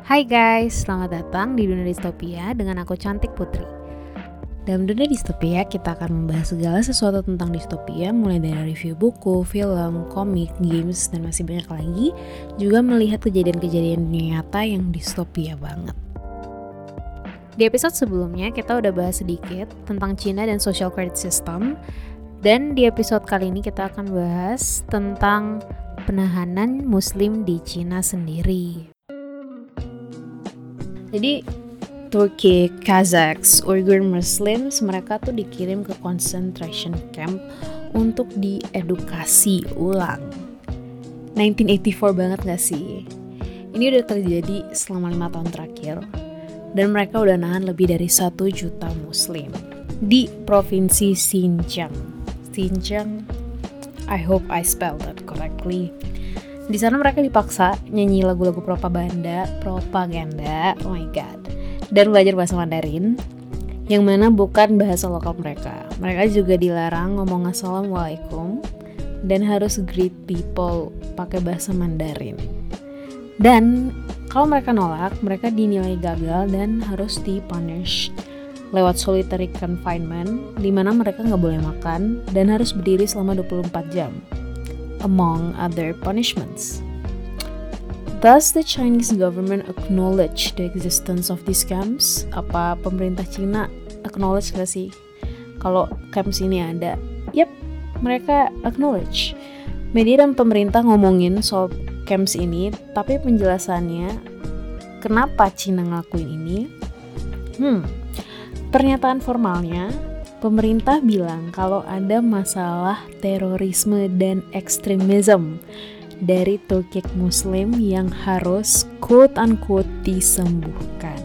Hai guys, selamat datang di Dunia Distopia dengan aku Cantik Putri. Dalam Dunia Distopia, kita akan membahas segala sesuatu tentang distopia, mulai dari review buku, film, komik, games, dan masih banyak lagi. Juga melihat kejadian-kejadian dunia nyata yang distopia banget. Di episode sebelumnya, kita udah bahas sedikit tentang Cina dan social credit system. Dan di episode kali ini kita akan bahas tentang penahanan muslim di Cina sendiri. Jadi Turki, Kazakhs, Uyghur Muslims, mereka tuh dikirim ke concentration camp untuk diedukasi ulang. 1984 banget gak sih? Ini udah terjadi selama 5 tahun terakhir, dan mereka udah nahan lebih dari 1 juta muslim di provinsi Xinjiang. Xinjiang, I hope I spelled that correctly. Di sana mereka dipaksa nyanyi lagu-lagu propaganda, oh my god, dan belajar bahasa Mandarin, yang mana bukan bahasa lokal mereka. Mereka juga dilarang ngomong assalamualaikum dan harus greet people pakai bahasa Mandarin. Dan kalau mereka nolak, mereka dinilai gagal dan harus dipunish lewat solitary confinement, di mana mereka nggak boleh makan dan harus berdiri selama 24 jam. Among other punishments. Does the Chinese government acknowledge the existence of these camps? Apa pemerintah Cina acknowledge gak sih kalau camps ini ada? Yep, mereka acknowledge. Media dan pemerintah ngomongin soal camps ini, tapi penjelasannya kenapa Cina ngelakuin ini? Pernyataan formalnya, pemerintah bilang kalau ada masalah terorisme dan ekstremisme dari Turki Muslim yang harus quote-unquote disembuhkan.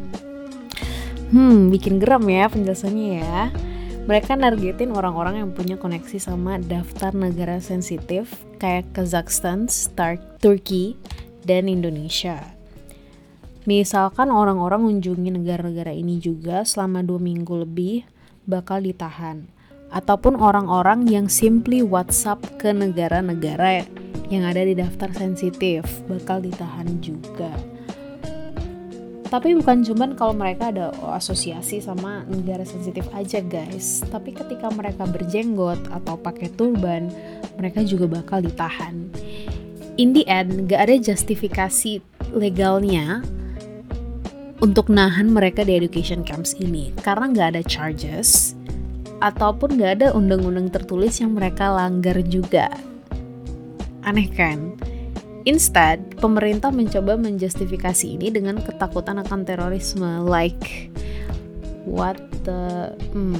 Bikin geram ya penjelasannya ya. Mereka nargetin orang-orang yang punya koneksi sama daftar negara sensitif kayak Kazakhstan, Turki, dan Indonesia. Misalkan orang-orang mengunjungi negara-negara ini juga selama 2 minggu lebih bakal ditahan, ataupun orang-orang yang simply WhatsApp ke negara-negara yang ada di daftar sensitif bakal ditahan juga. Tapi bukan cuman kalau mereka ada asosiasi sama negara sensitif aja guys, tapi ketika mereka berjenggot atau pakai turban, mereka juga bakal ditahan. In the end, gak ada justifikasi legalnya untuk nahan mereka di education camps ini, karena gak ada charges ataupun gak ada undang-undang tertulis yang mereka langgar juga. Aneh kan? Instead, pemerintah mencoba menjustifikasi ini dengan ketakutan akan terorisme, like what the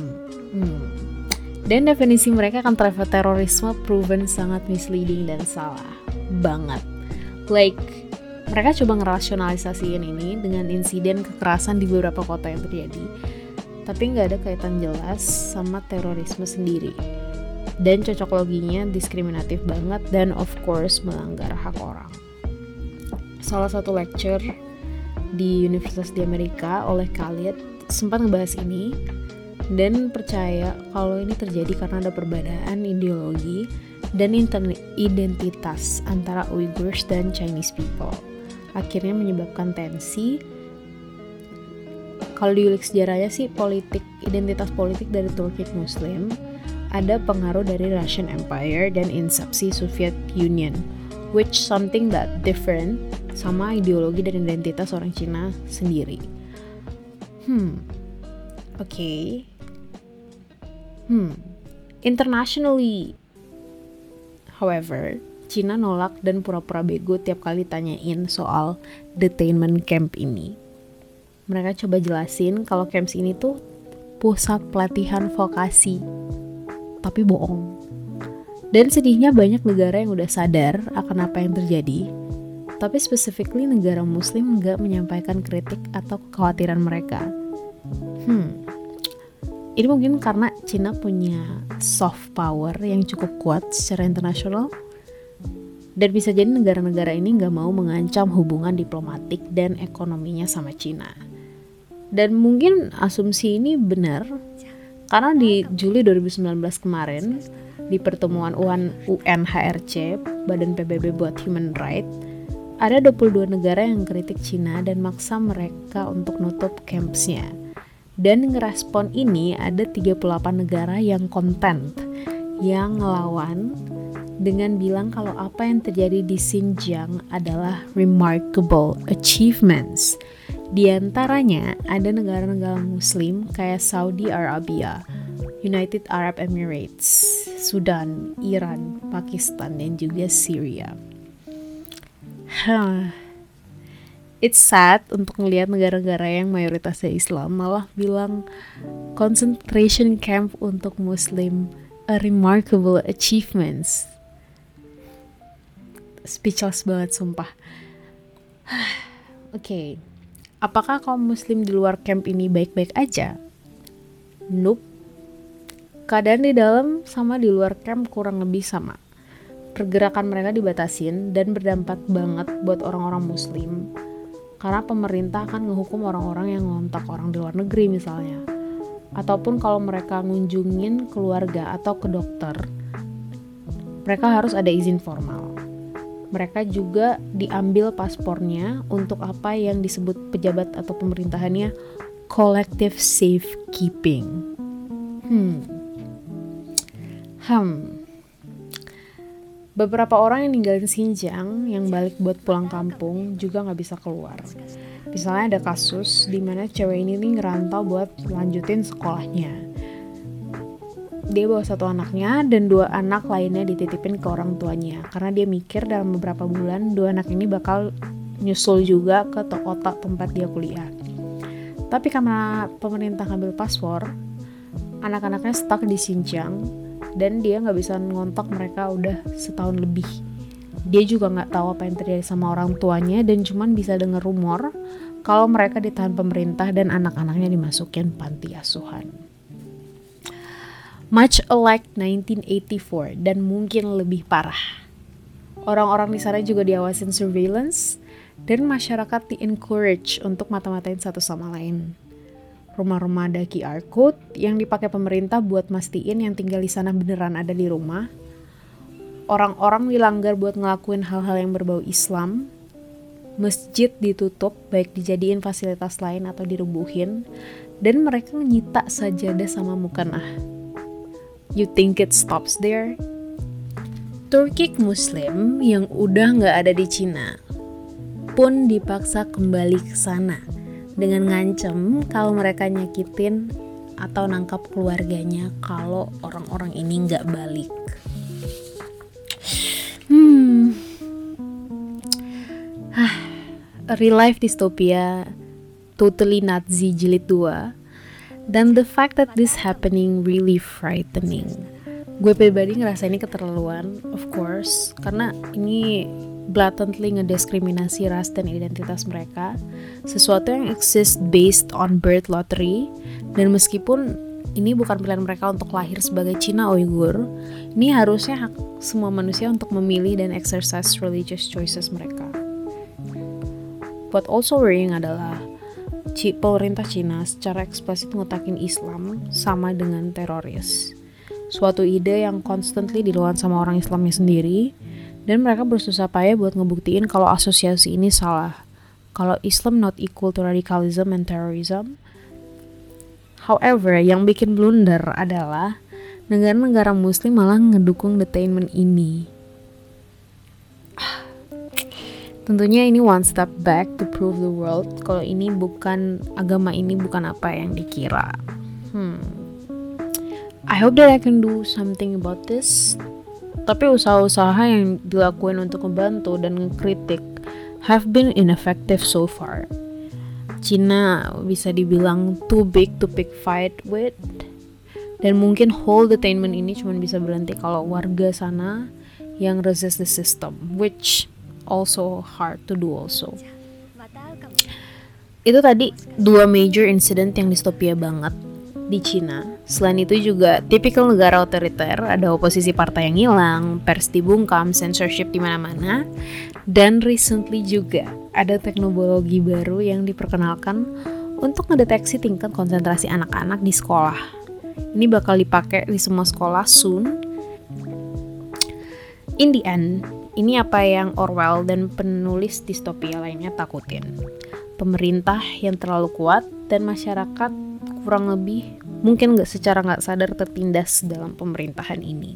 Dan definisi mereka akan terorisme proven sangat misleading dan salah banget. Like mereka coba ngerasionalisasiin ini dengan insiden kekerasan di beberapa kota yang terjadi, tapi nggak ada kaitan jelas sama terorisme sendiri. Dan cocok loginya diskriminatif banget dan of course melanggar hak orang. Salah satu lecture di Universitas di Amerika oleh Khalid sempat ngebahas ini dan percaya kalau ini terjadi karena ada perbedaan ideologi dan identitas antara Uyghurs dan Chinese people. Akhirnya menyebabkan tensi. Kalau diulik sejarahnya sih, identitas politik dari Turki Muslim ada pengaruh dari Russian Empire dan insepsi Soviet Union, which something that different sama ideologi dan identitas orang Cina sendiri. Okay. Internationally, however, Cina nolak dan pura-pura bego tiap kali tanyain soal detainment camp ini. Mereka coba jelasin kalau camps ini tuh pusat pelatihan vokasi, tapi bohong. Dan sedihnya banyak negara yang udah sadar akan apa yang terjadi, tapi specifically negara muslim nggak menyampaikan kritik atau kekhawatiran mereka. Ini mungkin karena Cina punya soft power yang cukup kuat secara internasional, dan bisa jadi negara-negara ini nggak mau mengancam hubungan diplomatik dan ekonominya sama Cina. Dan mungkin asumsi ini benar, karena di Juli 2019 kemarin, di pertemuan UNHRC, Badan PBB buat Human Rights, ada 22 negara yang kritik Cina dan maksa mereka untuk nutup campsnya. Dan ngerespon ini ada 38 negara yang konten, yang ngelawan dengan bilang kalau apa yang terjadi di Xinjiang adalah remarkable achievements. Di antaranya ada negara-negara muslim kayak Saudi Arabia, United Arab Emirates, Sudan, Iran, Pakistan, dan juga Syria. It's sad untuk melihat negara-negara yang mayoritasnya Islam malah bilang concentration camp untuk Muslim a remarkable achievements. Speechless banget sumpah. Oke. Apakah kaum muslim di luar camp ini baik-baik aja? Nope. Keadaan di dalam sama di luar camp kurang lebih sama. Pergerakan mereka dibatasin dan berdampak banget buat orang-orang muslim. Karena pemerintah akan ngehukum orang-orang yang ngontak orang di luar negeri misalnya. Ataupun kalau mereka ngunjungin keluarga atau ke dokter, mereka harus ada izin formal. Mereka juga diambil paspornya untuk apa yang disebut pejabat atau pemerintahannya collective safekeeping. Beberapa orang yang ninggalin Xinjiang yang balik buat pulang kampung juga nggak bisa keluar. Misalnya ada kasus di mana cewek ini nih ngerantau buat lanjutin sekolahnya. Dia bawa 1 anaknya dan 2 anak lainnya dititipin ke orang tuanya karena dia mikir dalam beberapa bulan 2 anak ini bakal nyusul juga ke kota tempat dia kuliah. Tapi karena pemerintah ngambil paspor, anak-anaknya stuck di Xinjiang dan dia nggak bisa ngontak mereka udah setahun lebih. Dia juga nggak tahu apa yang terjadi sama orang tuanya dan cuman bisa denger rumor kalau mereka ditahan pemerintah dan anak-anaknya dimasukin panti asuhan. Much like 1984 dan mungkin lebih parah. Orang-orang di sana juga diawasin surveillance dan masyarakat di-encourage untuk mata-matain satu sama lain. Rumah-rumah ada QR code yang dipakai pemerintah buat mastiin yang tinggal di sana beneran ada di rumah. Orang-orang dilanggar buat ngelakuin hal-hal yang berbau Islam. Masjid ditutup baik dijadiin fasilitas lain atau dirubuhin. Dan mereka nyita sajadah sama mukanah. You think it stops there? Turkic Muslim yang udah nggak ada di Cina pun dipaksa kembali ke sana dengan ngancem kalau mereka nyakitin atau nangkap keluarganya kalau orang-orang ini nggak balik. A real life dystopia totally Nazi jilid 2. Dan the fact that this happening really frightening. Gue pribadi ngerasa ini keterlaluan, of course, karena ini blatantly ngediskriminasi ras dan identitas mereka, sesuatu yang exist based on birth lottery. Dan meskipun ini bukan pilihan mereka untuk lahir sebagai Cina Uyghur, ini harusnya hak semua manusia untuk memilih dan exercise religious choices mereka. What also worrying adalah pemerintah Cina secara eksplisit ngutakin Islam sama dengan teroris. Suatu ide yang constantly dilawan sama orang Islamnya sendiri, dan mereka bersusah payah buat ngebuktiin kalau asosiasi ini salah. Kalau Islam not equal to radicalism and terrorism. However, yang bikin blunder adalah negara-negara muslim malah ngedukung detainment ini. Tentunya ini one step back to prove the world kalau agama ini bukan apa yang dikira. I hope that I can do something about this. Tapi usaha-usaha yang dilakuin untuk membantu dan ngekritik have been ineffective so far. Cina bisa dibilang too big to pick fight with. Dan mungkin whole detainment ini cuma bisa berhenti kalau warga sana yang resist the system, which also hard to do also. Itu tadi 2 major incident yang distopia banget di Cina. Selain itu juga tipikal negara otoriter, ada oposisi partai yang hilang, pers dibungkam, censorship di mana-mana, dan recently juga ada teknologi baru yang diperkenalkan untuk ngedeteksi tingkat konsentrasi anak-anak di sekolah. Ini bakal dipakai di semua sekolah soon. In the end, Ini apa yang Orwell dan penulis distopia lainnya takutin. Pemerintah yang terlalu kuat dan masyarakat kurang lebih mungkin secara nggak sadar tertindas dalam pemerintahan ini.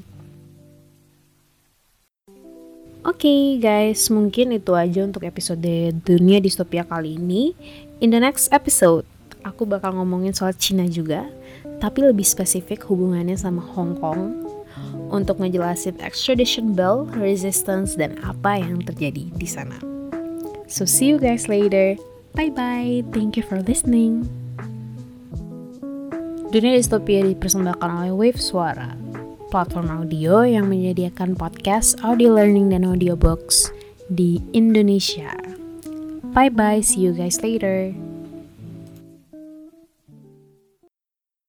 Oke guys, mungkin itu aja untuk episode Dunia Distopia kali ini. In the next episode, aku bakal ngomongin soal Cina juga, tapi lebih spesifik hubungannya sama Hong Kong, untuk ngejelasin extradition bill, resistance, dan apa yang terjadi di sana. So see you guys later. Bye-bye. Thank you for listening. Dunia Distopia dipersembahkan oleh Wave Suara, platform audio yang menyediakan podcast, audio learning, dan audiobooks di Indonesia. Bye-bye. See you guys later.